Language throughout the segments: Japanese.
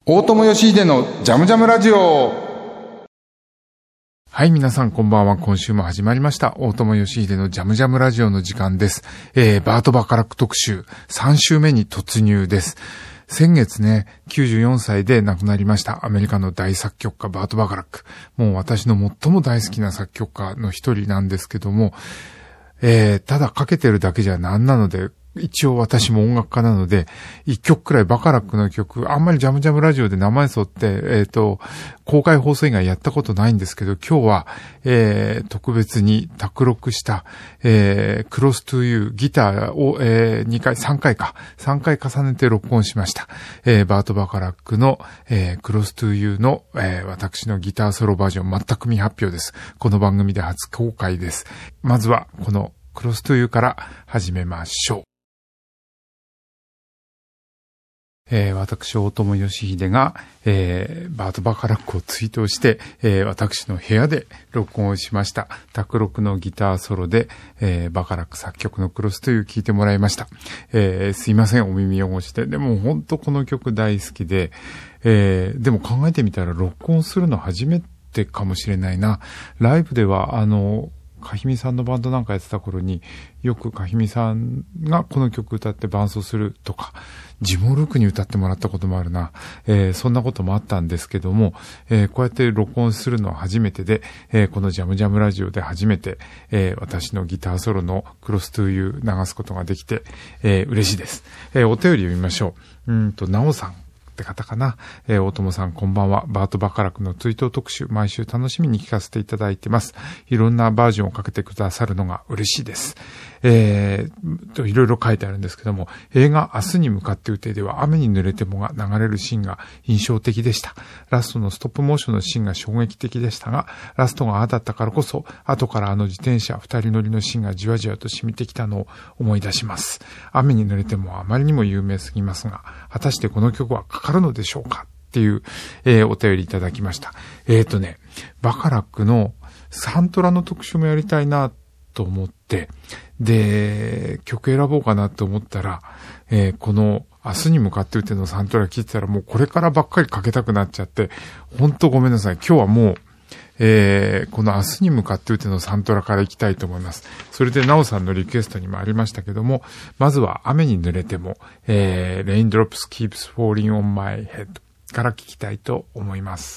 大友義秀のジャムジャムラジオ。はい、皆さんこんばんは。今週も始まりました大友義秀のジャムジャムラジオの時間です。バート・バカラック特集3週目に突入です。先月ね、94歳で亡くなりましたアメリカの大作曲家バート・バカラック。もう私の最も大好きな作曲家の一人なんですけども、ただかけてるだけじゃなんなので、一応私も音楽家なので、一曲くらいバカラックの曲、あんまりジャムジャムラジオで生演奏って、公開放送以外やったことないんですけど、今日は、特別に卓録した、Close to You ギターを、3回重ねて録音しました。バート・バカラックの、Close to You の、私のギターソロバージョン全く未発表です。この番組で初公開です。まずはこのClose to Youから始めましょう。私、大友義秀が、バート・バカラックを追悼して、私の部屋で録音をしました。卓録のギターソロで、バカラック作曲のクロスという聴いてもらいました。すいません、お耳汚して。でも本当この曲大好きで、でも考えてみたら録音するの初めてかもしれないな。ライブでは、かひみさんのバンドなんかやってた頃によくかひみさんがこの曲歌って伴奏するとか、ジモルークに歌ってもらったこともあるな。そんなこともあったんですけども、こうやって録音するのは初めてで、このジャムジャムラジオで初めて、私のギターソロのクロストゥーユー流すことができて、嬉しいです。お便り読みましょう。なおさんって方かな。大友さんこんばんは。バート・バカラックの追悼特集、毎週楽しみに聞かせていただいてます。いろんなバージョンをかけてくださるのが嬉しいです。いろいろ書いてあるんですけども、映画明日に向かって予定では雨に濡れてもが流れるシーンが印象的でした。ラストのストップモーションのシーンが衝撃的でしたが、ラストがああだったからこそ、後から自転車二人乗りのシーンがじわじわと染みてきたのを思い出します。雨に濡れてもあまりにも有名すぎますが、果たしてこの曲はかかるのでしょうかっていう、お便りいただきました。バカラックのサントラの特集もやりたいなと思って、で、曲選ぼうかなと思ったら、この明日に向かって打てのサントラ聞いてたらもうこれからばっかりかけたくなっちゃって、ほんとごめんなさい。今日はもう、この明日に向かって打てのサントラから行きたいと思います。それでなおさんのリクエストにもありましたけども、まずは雨に濡れても、Raindrops Keeps Falling on My Head から聞きたいと思います。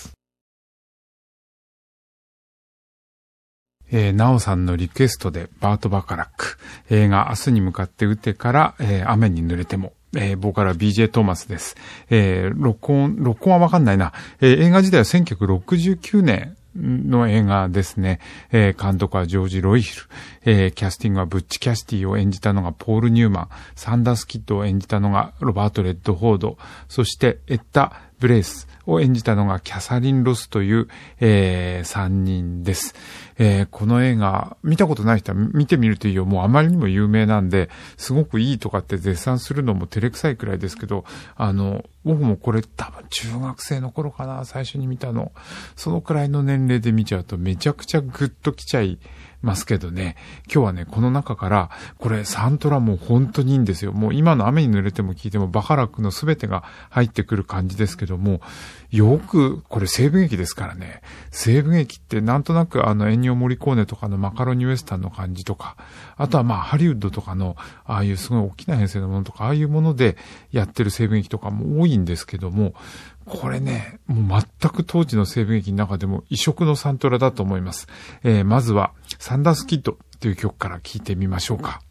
なおさんのリクエストでバート・バカラック、映画明日に向かって打てから、雨に濡れても、ボーカルは BJ トーマスです。録音はわかんないな。映画自体は1969年の映画ですね。監督はジョージ・ロイヒル。キャスティングはブッチ・キャシティを演じたのがポール・ニューマン。サンダース・キッドを演じたのがロバート・レッドフォード。そしてエッタ・ブレイスを演じたのがキャサリン・ロスという、3人です。この映画見たことない人は見てみるといいよ。もうあまりにも有名なんで、すごくいいとかって絶賛するのも照れくさいくらいですけど、僕もこれ多分中学生の頃かな、最初に見たの。そのくらいの年齢で見ちゃうとめちゃくちゃグッときちゃいますけどね。今日はね、この中から、これサントラも本当にいいんですよ。もう今の雨に濡れても聞いてもバカラックのすべてが入ってくる感じですけども、よく、これ西部劇ですからね。西部劇ってなんとなくエンニオ・モリコーネとかのマカロニウエスタンの感じとか、あとはまあハリウッドとかのああいうすごい大きな編成のものとか、ああいうものでやってる西部劇とかも多いんですけども、これね、もう全く当時の西部劇の中でも異色のサントラだと思います。まずはサンダース・キッドという曲から聴いてみましょうか。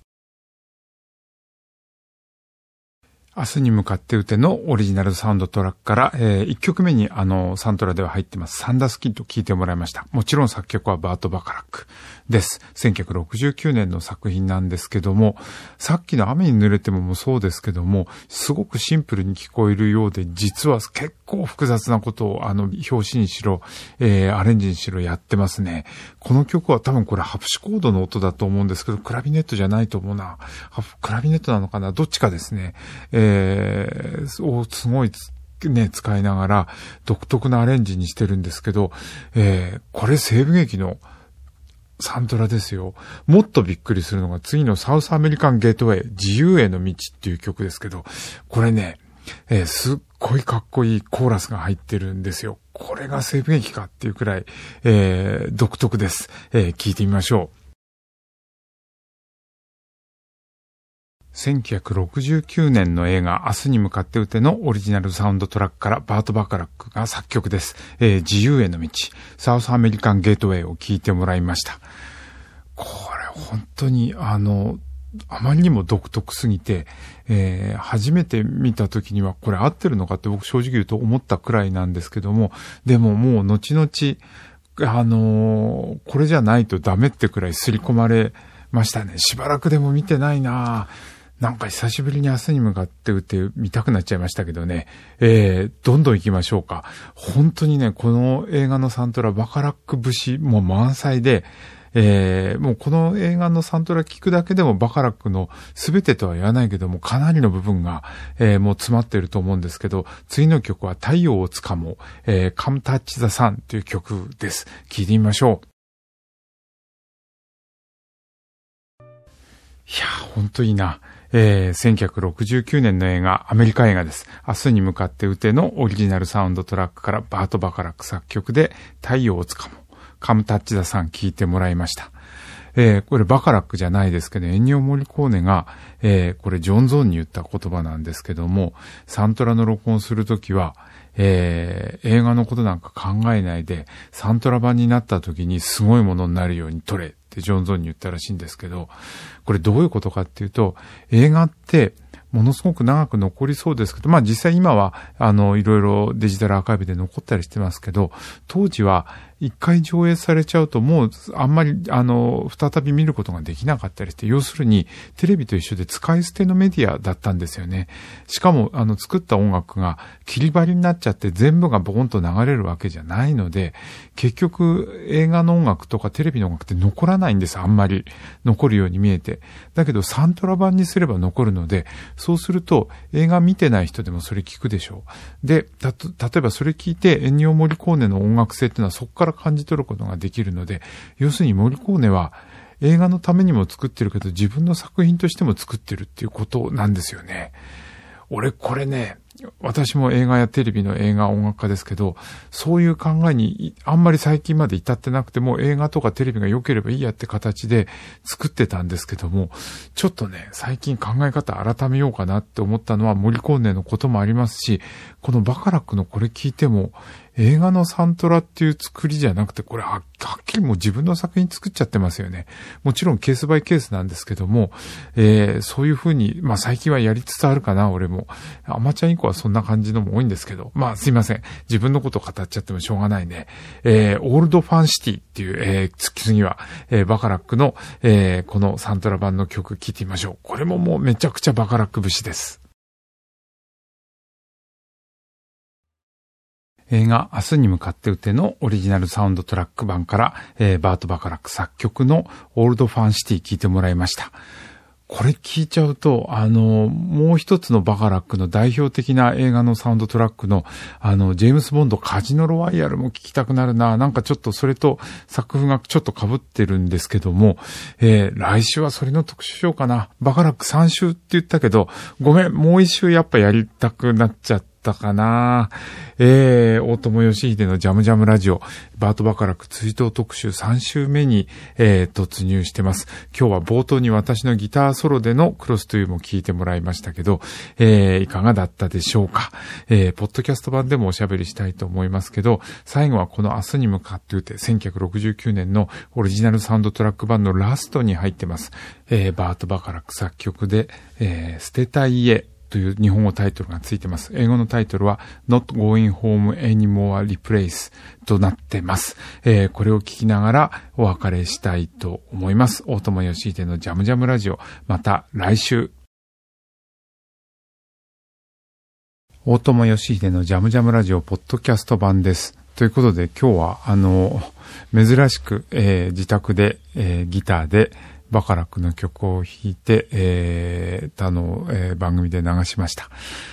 明日に向かって打てのオリジナルサウンドトラックから、1曲目にサントラでは入ってますサンダースキッド聴いてもらいました。もちろん作曲はバート・バカラックです。1969年の作品なんですけども、さっきの雨に濡れてもそうですけども、すごくシンプルに聞こえるようで、実は結構複雑なことを表紙にしろ、アレンジにしろやってますね。この曲は多分これハプシコードの音だと思うんですけど、クラビネットじゃないと思うな。クラビネットなのかな、どっちかですね。すごいね、使いながら独特なアレンジにしてるんですけど、これ西部劇のサントラですよ。もっとびっくりするのが次のサウスアメリカンゲートウェイ、自由への道っていう曲ですけど、これね、 すっごいかっこいいコーラスが入ってるんですよ。これが西部劇かっていうくらい、独特です。聞いてみましょう。1969年の映画明日に向かって撃てのオリジナルサウンドトラックからバート・バカラックが作曲です。自由への道、サウスアメリカンゲートウェイを聞いてもらいました。これ本当にあまりにも独特すぎて、初めて見た時にはこれ合ってるのかって僕正直言うと思ったくらいなんですけども、でももう後々、これじゃないとダメってくらい刷り込まれましたね。しばらくでも見てないなぁ。なんか久しぶりに明日に向かって打って見たくなっちゃいましたけどね。どんどん行きましょうか。本当にね、この映画のサントラ、バカラック節も満載で、もうこの映画のサントラ聞くだけでもバカラックの全てとは言わないけども、かなりの部分が、もう詰まっていると思うんですけど、次の曲は太陽をつかもう、Come Touch the Sun という曲です。聞いてみましょう。いやー、ほんといいな。1969年の映画、アメリカ映画です。明日に向かって撃てのオリジナルサウンドトラックからバート・バカラック作曲で太陽をつかもカムタッチザさん聞いてもらいました。これバカラックじゃないですけど、エンニオ・モリコーネが、これジョン・ゾーンに言った言葉なんですけども、サントラの録音するときは、映画のことなんか考えないで、サントラ版になった時にすごいものになるように撮れってジョン・ゾーンに言ったらしいんですけど、これどういうことかっていうと、映画ってものすごく長く残りそうですけど、まあ実際今はいろいろデジタルアーカイブで残ったりしてますけど、当時は一回上映されちゃうともうあんまり再び見ることができなかったりして、要するにテレビと一緒で使い捨てのメディアだったんですよね。しかも作った音楽が切り張りになっちゃって全部がボコンと流れるわけじゃないので、結局映画の音楽とかテレビの音楽って残らないんです。あんまり残るように見えて。だけどサントラ版にすれば残るので、そうすると映画見てない人でもそれ聞くでしょう。で、例えばそれ聞いてエンニオ・モリコーネの音楽性っていうのはそこから感じ取ることができるので、要するにモリコーネは映画のためにも作ってるけど自分の作品としても作ってるっていうことなんですよね。俺これね、私も映画やテレビの映画音楽家ですけど、そういう考えにあんまり最近まで至ってなくても、映画とかテレビが良ければいいやって形で作ってたんですけども、ちょっとね、最近考え方改めようかなって思ったのはモリコーネのこともありますし、このバカラックのこれ聞いても、映画のサントラっていう作りじゃなくて、これはっきりもう自分の作品作っちゃってますよね。もちろんケースバイケースなんですけども、そういう風に、まあ最近はやりつつあるかな、俺も。アマチュアインコはそんな感じのも多いんですけど、まあすいません。自分のこと語っちゃってもしょうがないね。オールドファンシティっていう、次は、バカラックの、このサントラ版の曲聴いてみましょう。これももうめちゃくちゃバカラック節です。映画明日に向かって撃てのオリジナルサウンドトラック版から、バート・バカラック作曲のオールドファンシティ聴いてもらいました。これ聞いちゃうと、もう一つのバカラックの代表的な映画のサウンドトラックの、ジェームス・ボンドカジノロワイヤルも聞きたくなるな。なんかちょっとそれと作風がちょっと被ってるんですけども、来週はそれの特集しようかな。バカラック3週って言ったけど、ごめん、もう一週やっぱやりたくなっちゃったかな。大友義秀のジャムジャムラジオ、バートバカラック追悼特集3週目に、突入してます。今日は冒頭に私のギターソロでのクロストゥーも聞いてもらいましたけど、いかがだったでしょうか。ポッドキャスト版でもおしゃべりしたいと思いますけど、最後はこの明日に向かって打て、1969年のオリジナルサウンドトラック版のラストに入ってます。バートバカラック作曲で、捨てた家という日本語タイトルがついてます。英語のタイトルは Not Going Home Anymore Replace となってます。これを聞きながらお別れしたいと思います。大友義秀のジャムジャムラジオ、また来週。大友義秀のジャムジャムラジオポッドキャスト版です。ということで今日は珍しく、自宅で、ギターでバカラックの曲を弾いて、番組で流しました。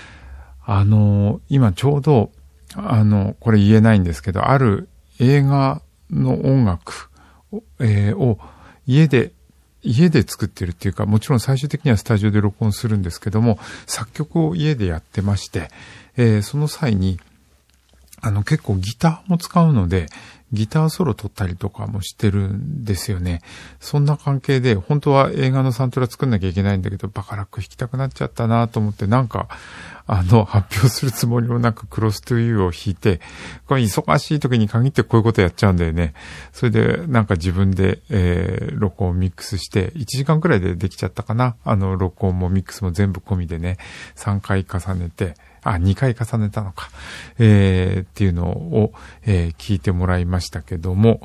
今ちょうど、これ言えないんですけど、ある映画の音楽を、家で家で作ってるっていうか、もちろん最終的にはスタジオで録音するんですけども、作曲を家でやってまして、その際に、結構ギターも使うので、ギターソロ撮ったりとかもしてるんですよね。そんな関係で、本当は映画のサントラ作んなきゃいけないんだけど、バカラック弾きたくなっちゃったなと思って、なんか、発表するつもりもなくクロストゥーユーを弾いて、これ忙しい時に限ってこういうことやっちゃうんだよね。それで、なんか自分で、録音ミックスして、1時間くらいでできちゃったかな。録音もミックスも全部込みでね、3回重ねて、2回重ねたのか、っていうのを、聞いてもらいましたけども、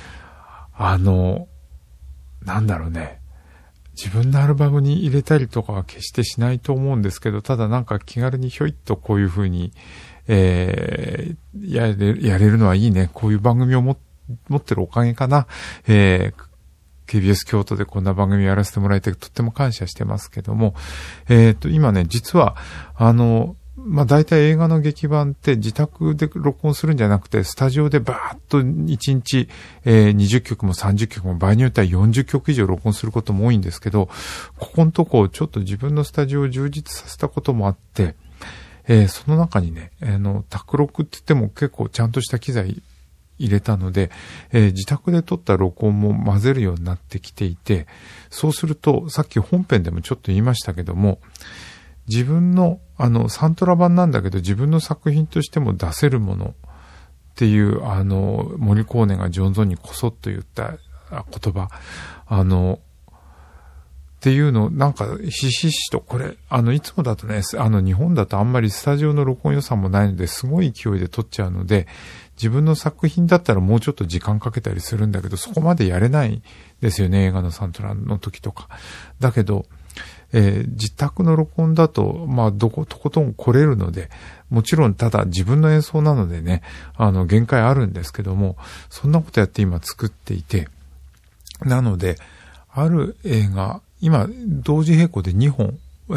なんだろうね。自分のアルバムに入れたりとかは決してしないと思うんですけど、ただなんか気軽にひょいっとこういう風に、やれるのはいいね。こういう番組を持ってるおかげかな。KBS 京都でこんな番組やらせてもらえてとっても感謝してますけども、今ね、実は、大体映画の劇版って自宅で録音するんじゃなくて、スタジオでバーッと1日、20曲も30曲も場合によっては40曲以上録音することも多いんですけど、ここのとこちょっと自分のスタジオを充実させたこともあって、その中にね、卓録って言っても結構ちゃんとした機材入れたので、自宅で撮った録音も混ぜるようになってきていて、そうすると、さっき本編でもちょっと言いましたけども、自分のサントラ版なんだけど自分の作品としても出せるものっていうモリコーネがジョンゾンにこそっと言った言葉っていうのなんかひしひしとこれいつもだとね日本だとあんまりスタジオの録音予算もないのですごい勢いで撮っちゃうので自分の作品だったらもうちょっと時間かけたりするんだけどそこまでやれないですよね映画のサントラの時とかだけど自宅の録音だと、とことん来れるので、もちろんただ自分の演奏なのでね、限界あるんですけども、そんなことやって今作っていて、なので、ある映画、今、同時並行で2本、もう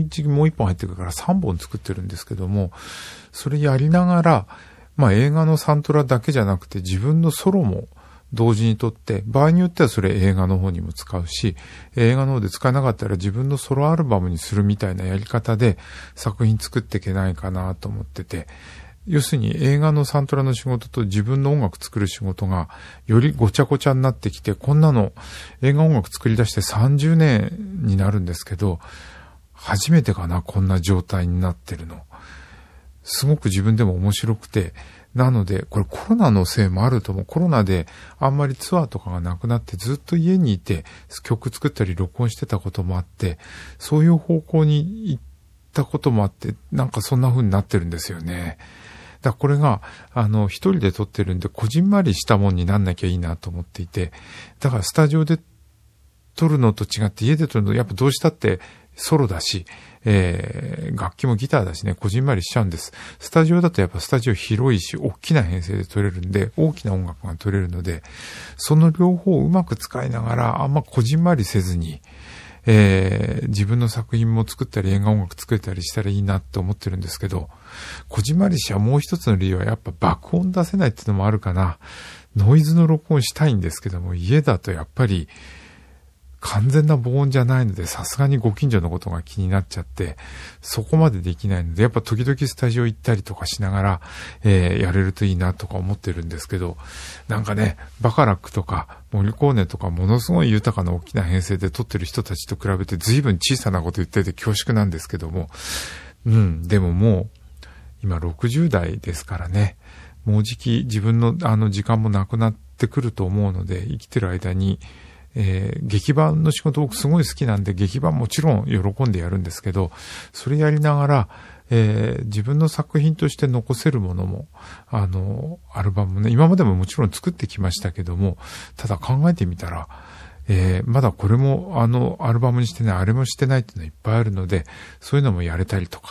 1本入ってくるから3本作ってるんですけども、それやりながら、映画のサントラだけじゃなくて自分のソロも、同時に撮って、場合によってはそれ映画の方にも使うし、映画の方で使えなかったら自分のソロアルバムにするみたいなやり方で作品作っていけないかなと思ってて、要するに映画のサントラの仕事と自分の音楽作る仕事がよりごちゃごちゃになってきて、こんなの映画音楽作り出して30年になるんですけど、初めてかな、こんな状態になってるの。すごく自分でも面白くて、なので、これコロナのせいもあると思う。コロナであんまりツアーとかがなくなってずっと家にいて曲作ったり録音してたこともあって、そういう方向に行ったこともあって、なんかそんな風になってるんですよね。だからこれが、一人で撮ってるんで、こじんまりしたもんになんなきゃいいなと思っていて、だからスタジオで撮るのと違って家で撮るのやっぱどうしたってソロだし、楽器もギターだしね、こじんまりしちゃうんです。スタジオだとやっぱスタジオ広いし、大きな編成で撮れるんで、大きな音楽が撮れるので、その両方をうまく使いながら、あんまこじんまりせずに、自分の作品も作ったり、映画音楽作れたりしたらいいなって思ってるんですけど、こじんまりしはもう一つの理由はやっぱ爆音出せないっていうのもあるかな。ノイズの録音したいんですけども、家だとやっぱり、完全な防音じゃないので、さすがにご近所のことが気になっちゃって、そこまでできないので、やっぱ時々スタジオ行ったりとかしながら、やれるといいなとか思ってるんですけど、なんかね、バカラックとか、モリコーネとか、ものすごい豊かな大きな編成で撮ってる人たちと比べて、随分小さなこと言ってて恐縮なんですけども、でももう、今60代ですからね、もうじき自分の時間もなくなってくると思うので、生きてる間に、劇版の仕事僕すごい好きなんで劇版もちろん喜んでやるんですけどそれやりながら、自分の作品として残せるものもアルバムね今までももちろん作ってきましたけどもただ考えてみたら、まだこれもアルバムにしてないあれもしてないっていうのいっぱいあるのでそういうのもやれたりとか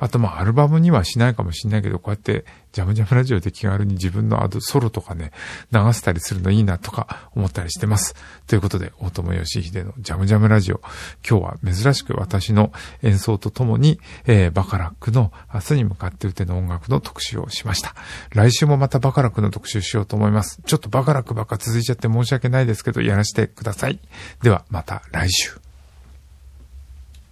あとアルバムにはしないかもしれないけど、こうやってジャムジャムラジオで気軽に自分のソロとかね、流せたりするのいいなとか思ったりしてます。ということで、大友義秀のジャムジャムラジオ。今日は珍しく私の演奏とともに、バカラックの明日に向かって打ての音楽の特集をしました。来週もまたバカラックの特集しようと思います。ちょっとバカラックばっか続いちゃって申し訳ないですけど、やらせてください。ではまた来週。